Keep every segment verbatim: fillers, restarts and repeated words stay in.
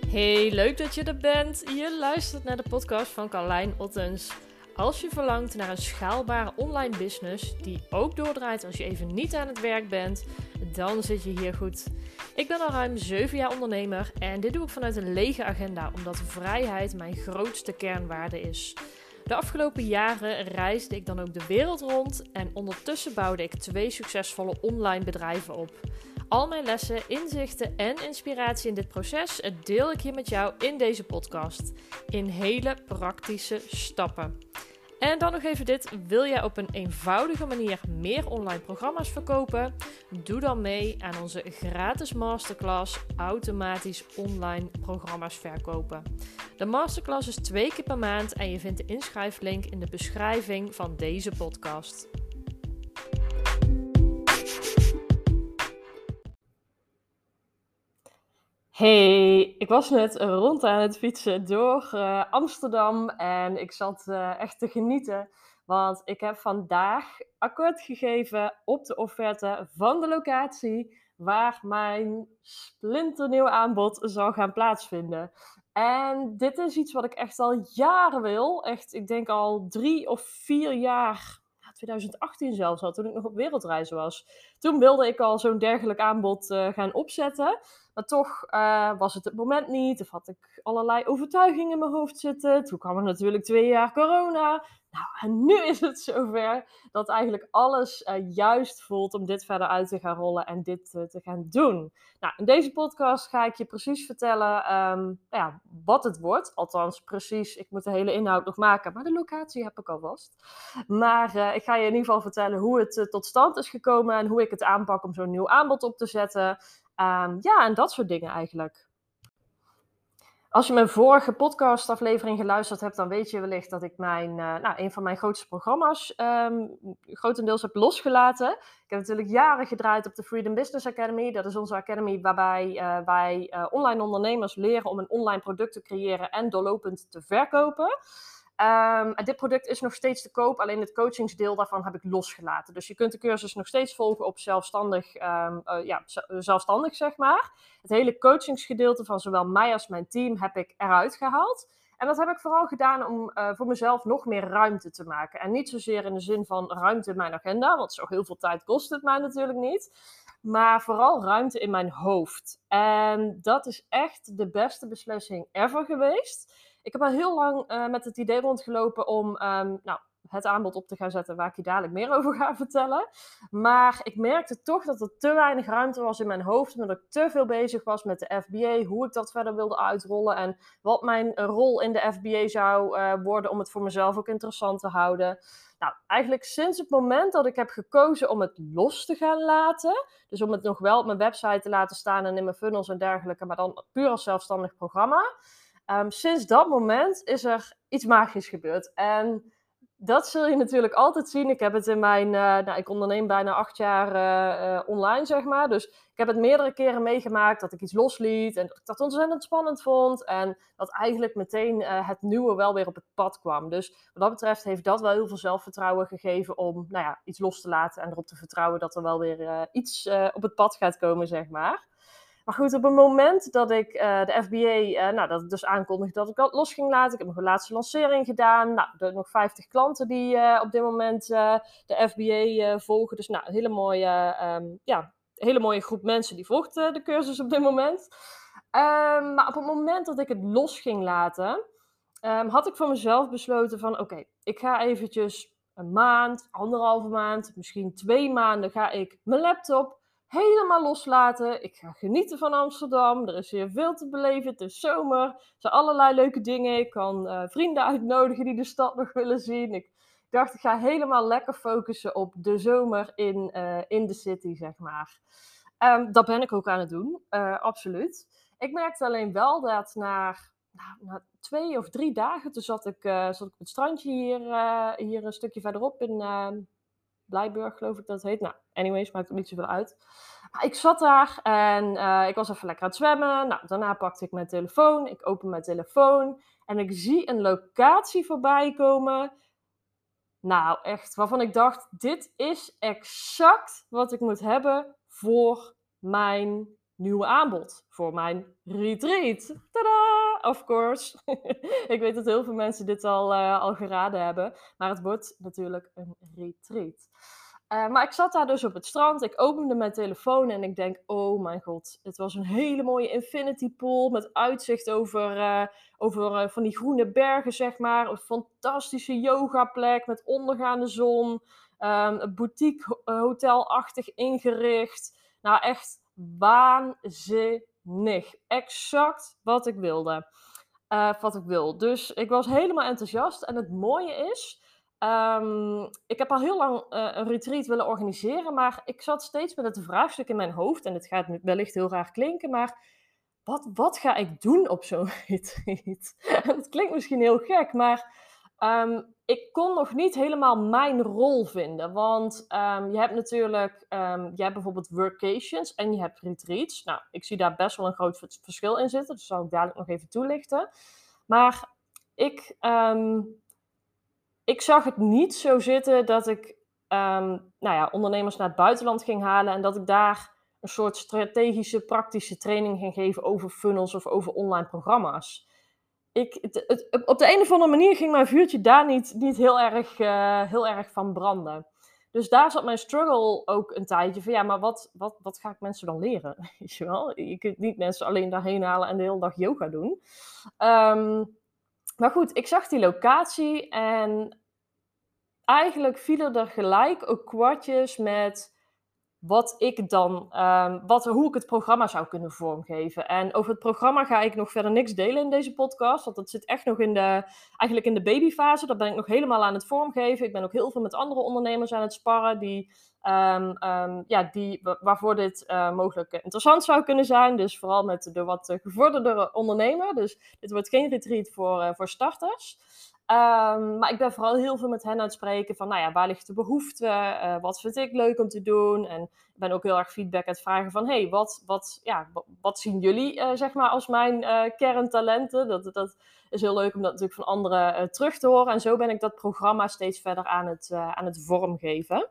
Hey, leuk dat je er bent. Je luistert naar de podcast van Carlijn Ottens. Als je verlangt naar een schaalbare online business die ook doordraait als je even niet aan het werk bent, dan zit je hier goed. Ik ben al ruim zeven jaar ondernemer en dit doe ik vanuit een lege agenda, omdat vrijheid mijn grootste kernwaarde is. De afgelopen jaren reisde ik dan ook de wereld rond en ondertussen bouwde ik twee succesvolle online bedrijven op. Al mijn lessen, inzichten en inspiratie in dit proces deel ik hier met jou in deze podcast. In hele praktische stappen. En dan nog even dit. Wil jij op een eenvoudige manier meer online programma's verkopen? Doe dan mee aan onze gratis masterclass Automatisch Online Programma's Verkopen. De masterclass is twee keer per maand en je vindt de inschrijflink in de beschrijving van deze podcast. Hey, ik was net rond aan het fietsen door uh, Amsterdam en ik zat uh, echt te genieten. Want ik heb vandaag akkoord gegeven op de offerte van de locatie waar mijn splinternieuw aanbod zal gaan plaatsvinden. En dit is iets wat ik echt al jaren wil. Echt, ik denk al drie of vier jaar, twintig achttien zelfs al, toen ik nog op wereldreizen was. Toen wilde ik al zo'n dergelijk aanbod uh, gaan opzetten. Maar toch uh, was het het moment niet. Of had ik allerlei overtuigingen in mijn hoofd zitten. Toen kwam er natuurlijk twee jaar corona. Nou, en nu is het zover dat eigenlijk alles uh, juist voelt om dit verder uit te gaan rollen en dit uh, te gaan doen. Nou, in deze podcast ga ik je precies vertellen um, ja, wat het wordt. Althans, precies, ik moet de hele inhoud nog maken, maar de locatie heb ik alvast. Maar uh, ik ga je in ieder geval vertellen hoe het uh, tot stand is gekomen en hoe ik het aanpak om zo'n nieuw aanbod op te zetten. Um, ja, en dat soort dingen eigenlijk. Als je mijn vorige podcastaflevering geluisterd hebt, dan weet je wellicht dat ik mijn, uh, nou, een van mijn grootste programma's um, grotendeels heb losgelaten. Ik heb natuurlijk jaren gedraaid op de Freedom Business Academy. Dat is onze academy waarbij uh, wij uh, online ondernemers leren om een online product te creëren en doorlopend te verkopen. Um, en dit product is nog steeds te koop, alleen het coachingsdeel daarvan heb ik losgelaten. Dus je kunt de cursus nog steeds volgen op zelfstandig, um, uh, ja, zelfstandig zeg maar. Het hele coachingsgedeelte van zowel mij als mijn team heb ik eruit gehaald. En dat heb ik vooral gedaan om uh, voor mezelf nog meer ruimte te maken. En niet zozeer in de zin van ruimte in mijn agenda, want zo heel veel tijd kost het mij natuurlijk niet. Maar vooral ruimte in mijn hoofd. En dat is echt de beste beslissing ever geweest. Ik heb al heel lang uh, met het idee rondgelopen om um, nou, het aanbod op te gaan zetten waar ik je dadelijk meer over ga vertellen. Maar ik merkte toch dat er te weinig ruimte was in mijn hoofd. Omdat ik te veel bezig was met de F B A, hoe ik dat verder wilde uitrollen. En wat mijn rol in de F B A zou uh, worden om het voor mezelf ook interessant te houden. Nou, eigenlijk sinds het moment dat ik heb gekozen om het los te gaan laten. Dus om het nog wel op mijn website te laten staan en in mijn funnels en dergelijke. Maar dan puur als zelfstandig programma. Um, sinds dat moment is er iets magisch gebeurd. En dat zul je natuurlijk altijd zien. Ik heb het in mijn... Uh, nou, ik onderneem bijna acht jaar uh, uh, online, zeg maar. Dus ik heb het meerdere keren meegemaakt dat ik iets losliet. En dat ik dat ontzettend spannend vond. En dat eigenlijk meteen uh, het nieuwe wel weer op het pad kwam. Dus wat dat betreft heeft dat wel heel veel zelfvertrouwen gegeven om nou ja, iets los te laten. En erop te vertrouwen dat er wel weer uh, iets uh, op het pad gaat komen, zeg maar. Maar goed, op het moment dat ik uh, de F B A, uh, nou, dat ik dus aankondigde dat ik dat los ging laten. Ik heb nog een laatste lancering gedaan. Nou, er nog vijftig klanten die uh, op dit moment uh, de F B A uh, volgen. Dus nou, een hele mooie, um, ja, hele mooie groep mensen die volgt uh, de cursus op dit moment. Um, maar op het moment dat ik het los ging laten, um, had ik voor mezelf besloten van oké, okay, ik ga eventjes een maand, anderhalve maand, misschien twee maanden ga ik mijn laptop helemaal loslaten. Ik ga genieten van Amsterdam. Er is hier veel te beleven. Het is zomer. Er zijn allerlei leuke dingen. Ik kan uh, vrienden uitnodigen die de stad nog willen zien. Ik dacht, ik ga helemaal lekker focussen op de zomer in, uh, in de city, zeg maar. Um, dat ben ik ook aan het doen. Uh, absoluut. Ik merkte alleen wel dat na, nou, na twee of drie dagen, toen zat ik, uh, zat ik op het strandje hier, uh, hier een stukje verderop in... Uh, Blijburg, geloof ik dat het heet. Nou, anyways, maakt ook niet zoveel uit. Maar ik zat daar en uh, ik was even lekker aan het zwemmen. Nou, daarna pakte ik mijn telefoon. Ik open mijn telefoon en ik zie een locatie voorbij komen. Nou, echt, waarvan ik dacht, dit is exact wat ik moet hebben voor mijn nieuwe aanbod voor mijn retreat. Tadaa! Of course. Ik weet dat heel veel mensen dit al, uh, al geraden hebben. Maar het wordt natuurlijk een retreat. Uh, maar ik zat daar dus op het strand. Ik opende mijn telefoon en ik denk, oh mijn god. Het was een hele mooie infinity pool met uitzicht over, uh, over uh, van die groene bergen, zeg maar. Een fantastische yogaplek met ondergaande zon. Um, een boutique hotelachtig ingericht. Nou, echt waanzinnig. Exact wat ik wilde. Uh, wat ik wil. Dus ik was helemaal enthousiast. En het mooie is, um, ik heb al heel lang uh, een retreat willen organiseren, maar ik zat steeds met het vraagstuk in mijn hoofd. En het gaat nu wellicht heel raar klinken, maar wat, wat ga ik doen op zo'n retreat? Het klinkt misschien heel gek, maar um, ik kon nog niet helemaal mijn rol vinden. Want um, je hebt natuurlijk, um, je hebt bijvoorbeeld workations en je hebt retreats. Nou, ik zie daar best wel een groot verschil in zitten. Dus zal ik dadelijk nog even toelichten. Maar ik, um, ik zag het niet zo zitten dat ik um, nou ja, ondernemers naar het buitenland ging halen en dat ik daar een soort strategische, praktische training ging geven over funnels of over online programma's. Ik, het, het, op de een of andere manier ging mijn vuurtje daar niet, niet heel, erg, uh, heel erg van branden. Dus daar zat mijn struggle ook een tijdje van, ja, maar wat, wat, wat ga ik mensen dan leren? Weet je wel? Je kunt niet mensen alleen daarheen halen en de hele dag yoga doen. Um, maar goed, ik zag die locatie en eigenlijk vielen er gelijk ook kwartjes met wat ik dan, um, wat, hoe ik het programma zou kunnen vormgeven. En over het programma ga ik nog verder niks delen in deze podcast, want dat zit echt nog in de, eigenlijk in de babyfase. Dat ben ik nog helemaal aan het vormgeven. Ik ben ook heel veel met andere ondernemers aan het sparren, die, um, um, ja, die, waarvoor dit uh, mogelijk interessant zou kunnen zijn. Dus vooral met de wat gevorderde ondernemer. Dus dit wordt geen retreat voor, uh, voor starters. Um, maar ik ben vooral heel veel met hen aan het spreken van, nou ja, waar ligt de behoefte? Uh, wat vind ik leuk om te doen? En ik ben ook heel erg feedback aan het vragen van, hey, wat, wat, ja, wat, wat zien jullie, uh, zeg maar, als mijn uh, kerntalenten? Dat, dat is heel leuk om dat natuurlijk van anderen uh, terug te horen. En zo ben ik dat programma steeds verder aan het, uh, aan het vormgeven.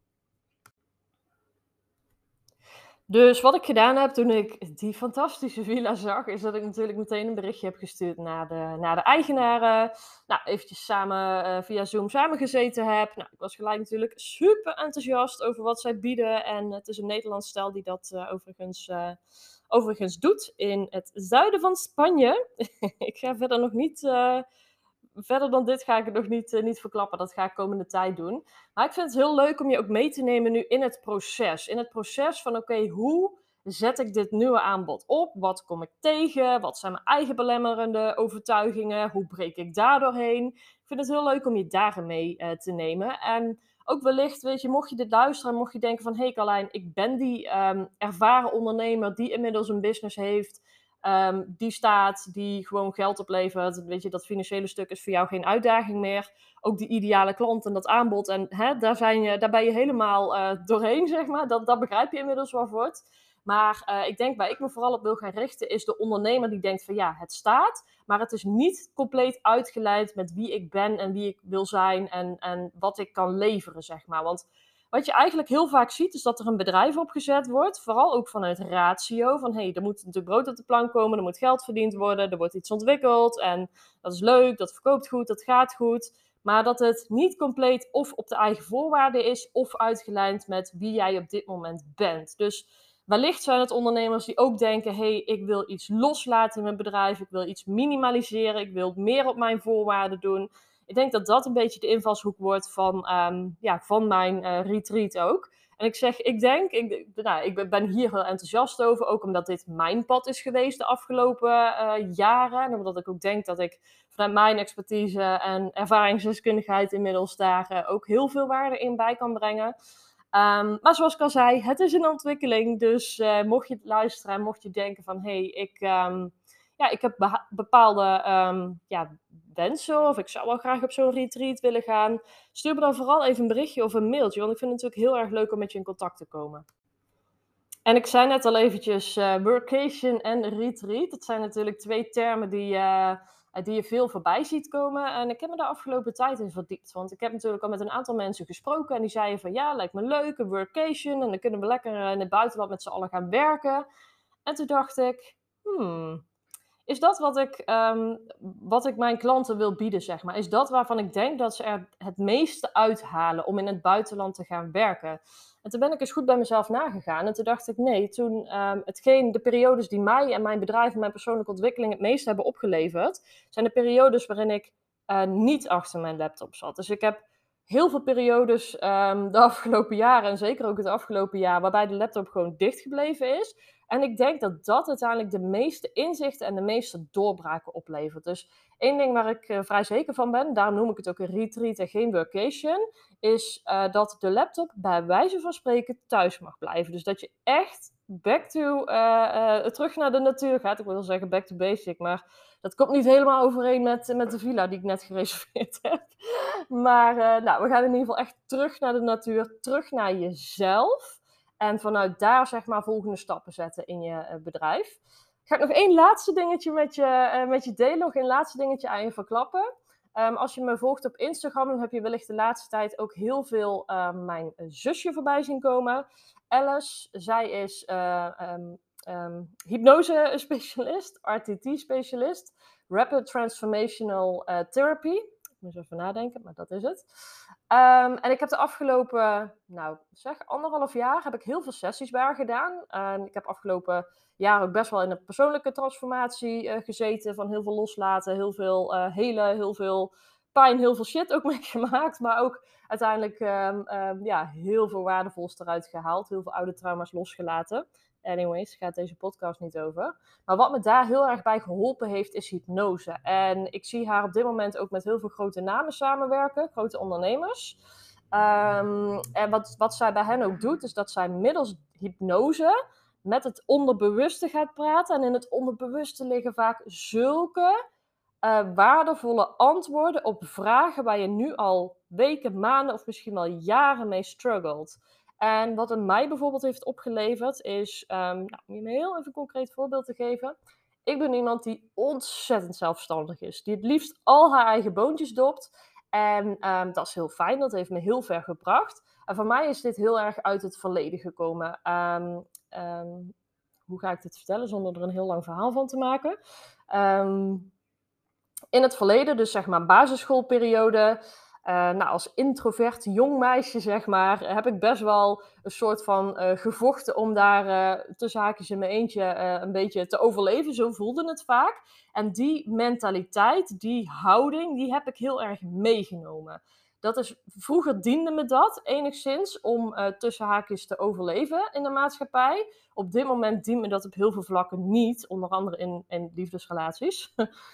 Dus wat ik gedaan heb toen ik die fantastische villa zag, is dat ik natuurlijk meteen een berichtje heb gestuurd naar de, naar de eigenaren. Nou, eventjes samen uh, via Zoom samengezeten heb. Nou, ik was gelijk natuurlijk super enthousiast over wat zij bieden. En het is een Nederlands stel die dat uh, overigens, uh, overigens doet in het zuiden van Spanje. Ik ga verder nog niet... Uh, Verder dan dit ga ik het nog niet, uh, niet verklappen. Dat ga ik komende tijd doen. Maar ik vind het heel leuk om je ook mee te nemen nu in het proces. In het proces van, oké, okay, hoe zet ik dit nieuwe aanbod op? Wat kom ik tegen? Wat zijn mijn eigen belemmerende overtuigingen? Hoe breek ik daar doorheen? Ik vind het heel leuk om je daarin mee uh, te nemen. En ook wellicht, weet je, mocht je dit luisteren, mocht je denken van, hé hey Carlijn, ik ben die um, ervaren ondernemer die inmiddels een business heeft, Um, die staat, die gewoon geld oplevert. Weet je, dat financiële stuk is voor jou geen uitdaging meer. Ook die ideale klant en dat aanbod. En hè, daar, zijn je, daar ben je helemaal uh, doorheen, zeg maar. Dat, dat begrijp je inmiddels wel voort. Maar uh, ik denk waar ik me vooral op wil gaan richten, is de ondernemer die denkt van ja, het staat. Maar het is niet compleet uitgeleid met wie ik ben en wie ik wil zijn en, en wat ik kan leveren, zeg maar. Want wat je eigenlijk heel vaak ziet, is dat er een bedrijf opgezet wordt. Vooral ook vanuit ratio. Van, hé, hey, er moet natuurlijk brood op de plank komen. Er moet geld verdiend worden. Er wordt iets ontwikkeld. En dat is leuk. Dat verkoopt goed. Dat gaat goed. Maar dat het niet compleet of op de eigen voorwaarden is. Of uitgelijnd met wie jij op dit moment bent. Dus wellicht zijn het ondernemers die ook denken, hé, hey, ik wil iets loslaten in mijn bedrijf. Ik wil iets minimaliseren. Ik wil meer op mijn voorwaarden doen. Ik denk dat dat een beetje de invalshoek wordt van, um, ja, van mijn uh, retreat ook. En ik zeg, ik denk, ik, nou, ik ben hier heel enthousiast over. Ook omdat dit mijn pad is geweest de afgelopen uh, jaren. En omdat ik ook denk dat ik vanuit mijn expertise en ervaringsdeskundigheid inmiddels daar uh, ook heel veel waarde in bij kan brengen. Um, maar zoals ik al zei, het is een ontwikkeling. Dus uh, mocht je het luisteren en mocht je denken van, hé, hey, ik... Um, ja, ik heb beha- bepaalde um, ja, wensen of ik zou wel graag op zo'n retreat willen gaan. Stuur me dan vooral even een berichtje of een mailtje, want ik vind het natuurlijk heel erg leuk om met je in contact te komen. En ik zei net al eventjes uh, workation en retreat. Dat zijn natuurlijk twee termen die, uh, die je veel voorbij ziet komen. En ik heb me de afgelopen tijd in verdiept. Want ik heb natuurlijk al met een aantal mensen gesproken. En die zeiden van ja, lijkt me leuk, een workation. En dan kunnen we lekker in het buitenland met z'n allen gaan werken. En toen dacht ik, hmm, is dat wat ik, ehm, wat ik mijn klanten wil bieden, zeg maar? Is dat waarvan ik denk dat ze er het meeste uithalen om in het buitenland te gaan werken? En toen ben ik eens goed bij mezelf nagegaan. En toen dacht ik, nee, toen um, hetgeen, de periodes die mij en mijn bedrijf en mijn persoonlijke ontwikkeling het meest hebben opgeleverd, zijn de periodes waarin ik uh, niet achter mijn laptop zat. Dus ik heb heel veel periodes um, de afgelopen jaren, en zeker ook het afgelopen jaar, waarbij de laptop gewoon dicht gebleven is. En ik denk dat dat uiteindelijk de meeste inzichten en de meeste doorbraken oplevert. Dus één ding waar ik uh, vrij zeker van ben, daarom noem ik het ook een retreat en geen workation, is uh, dat de laptop bij wijze van spreken thuis mag blijven. Dus dat je echt back to, uh, uh, terug naar de natuur gaat. Ik wil wel zeggen back to basic, maar dat komt niet helemaal overeen met, met de villa die ik net gereserveerd heb. Maar uh, nou, we gaan in ieder geval echt terug naar de natuur, terug naar jezelf. En vanuit daar zeg maar volgende stappen zetten in je uh, bedrijf. Ga ik nog één laatste dingetje met je, uh, met je delen. Nog één laatste dingetje aan je verklappen. Um, als je me volgt op Instagram, dan heb je wellicht de laatste tijd ook heel veel uh, mijn zusje voorbij zien komen. Alice, zij is uh, um, um, hypnose-specialist, R T T-specialist, Rapid Transformational uh, Therapy. Ik moet eens even nadenken, maar dat is het. Um, en ik heb de afgelopen, nou zeg, anderhalf jaar heb ik heel veel sessies bij haar gedaan. Um, ik heb afgelopen jaar ook best wel in een persoonlijke transformatie uh, gezeten. Van heel veel loslaten, heel veel uh, helen, heel veel pijn, heel veel shit ook meegemaakt. Maar ook uiteindelijk um, um, ja, heel veel waardevols eruit gehaald. Heel veel oude trauma's losgelaten. Anyways, gaat deze podcast niet over. Maar wat me daar heel erg bij geholpen heeft, is hypnose. En ik zie haar op dit moment ook met heel veel grote namen samenwerken, grote ondernemers. Um, en wat, wat zij bij hen ook doet, is dat zij middels hypnose met het onderbewuste gaat praten. En in het onderbewuste liggen vaak zulke uh, waardevolle antwoorden op vragen waar je nu al weken, maanden of misschien wel jaren mee struggelt. En wat het mij bijvoorbeeld heeft opgeleverd is, um, nou, om je een heel even een concreet voorbeeld te geven. Ik ben iemand die ontzettend zelfstandig is. Die het liefst al haar eigen boontjes dopt. En um, dat is heel fijn, dat heeft me heel ver gebracht. En voor mij is dit heel erg uit het verleden gekomen. Um, um, hoe ga ik dit vertellen zonder er een heel lang verhaal van te maken? Um, in het verleden, dus zeg maar basisschoolperiode, uh, nou, als introvert jong meisje, zeg maar, heb ik best wel een soort van uh, gevochten om daar uh, tussen haakjes in mijn eentje uh, een beetje te overleven. Zo voelde het vaak. En die mentaliteit, die houding, die heb ik heel erg meegenomen. Dat is, vroeger diende me dat enigszins om uh, tussen haakjes te overleven in de maatschappij. Op dit moment dient me dat op heel veel vlakken niet, onder andere in, in liefdesrelaties.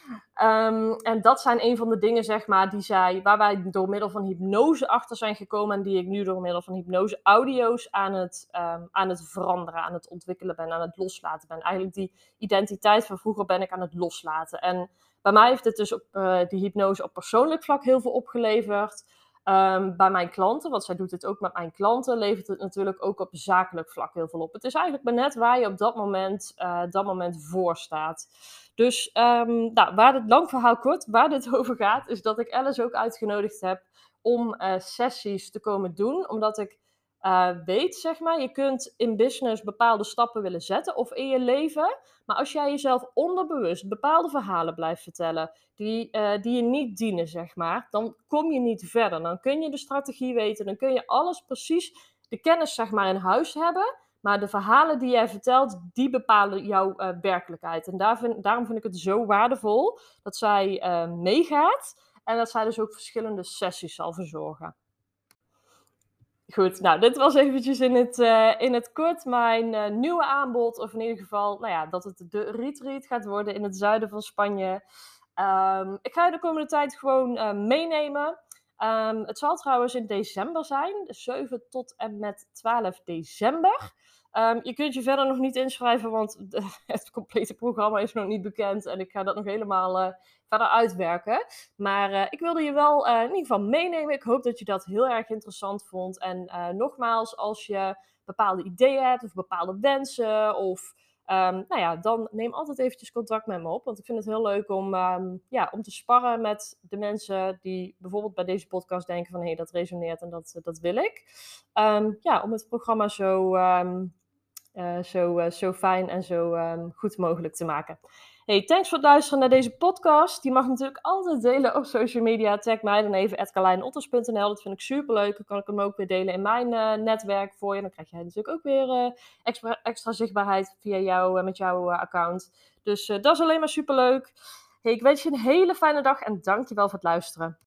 Um, en dat zijn een van de dingen, zeg maar, die zij, waar wij door middel van hypnose achter zijn gekomen en die ik nu door middel van hypnose audio's aan het, um, aan het veranderen, aan het ontwikkelen ben, aan het loslaten ben. Eigenlijk die identiteit van vroeger ben ik aan het loslaten. En bij mij heeft het dus op uh, die hypnose op persoonlijk vlak heel veel opgeleverd. Um, bij mijn klanten, want zij doet het ook met mijn klanten, levert het natuurlijk ook op zakelijk vlak heel veel op. Het is eigenlijk maar net waar je op dat moment, uh, dat moment voor staat. Dus um, nou, waar het lang verhaal kort, waar dit over gaat, is dat ik Alice ook uitgenodigd heb om uh, sessies te komen doen. Omdat ik uh, weet, zeg maar, je kunt in business bepaalde stappen willen zetten of in je leven. Maar als jij jezelf onderbewust bepaalde verhalen blijft vertellen die, uh, die je niet dienen, zeg maar, dan kom je niet verder. Dan kun je de strategie weten, dan kun je alles precies, de kennis, zeg maar, in huis hebben. Maar de verhalen die jij vertelt, die bepalen jouw uh, werkelijkheid. En daar vind, daarom vind ik het zo waardevol dat zij uh, meegaat. En dat zij dus ook verschillende sessies zal verzorgen. Goed, nou, dit was eventjes in het, uh, in het kort mijn uh, nieuwe aanbod. Of in ieder geval, nou ja, dat het de retreat gaat worden in het zuiden van Spanje. Um, ik ga je de komende tijd gewoon uh, meenemen. Um, het zal trouwens in december zijn, zeven tot en met twaalf december. Um, je kunt je verder nog niet inschrijven, want de, het complete programma is nog niet bekend. En ik ga dat nog helemaal uh, verder uitwerken. Maar uh, ik wilde je wel uh, in ieder geval meenemen. Ik hoop dat je dat heel erg interessant vond. En uh, nogmaals, als je bepaalde ideeën hebt of bepaalde wensen of... Um, nou ja, dan neem altijd eventjes contact met me op. Want ik vind het heel leuk om, um, ja, om te sparren met de mensen die bijvoorbeeld bij deze podcast denken van... hé, hey, dat resoneert en dat, dat wil ik. Um, ja, om het programma zo... Um, uh, zo, uh, zo fijn en zo um, goed mogelijk te maken. Hey, thanks voor het luisteren naar deze podcast. Die mag natuurlijk altijd delen op social media. Tag mij dan even at carlijnotters punt n l. Dat vind ik superleuk. Dan kan ik hem ook weer delen in mijn uh, netwerk voor je. Dan krijg jij natuurlijk ook weer uh, extra, extra zichtbaarheid via jou, uh, met jouw uh, account. Dus uh, dat is alleen maar superleuk. Hey, ik wens je een hele fijne dag en dankjewel voor het luisteren.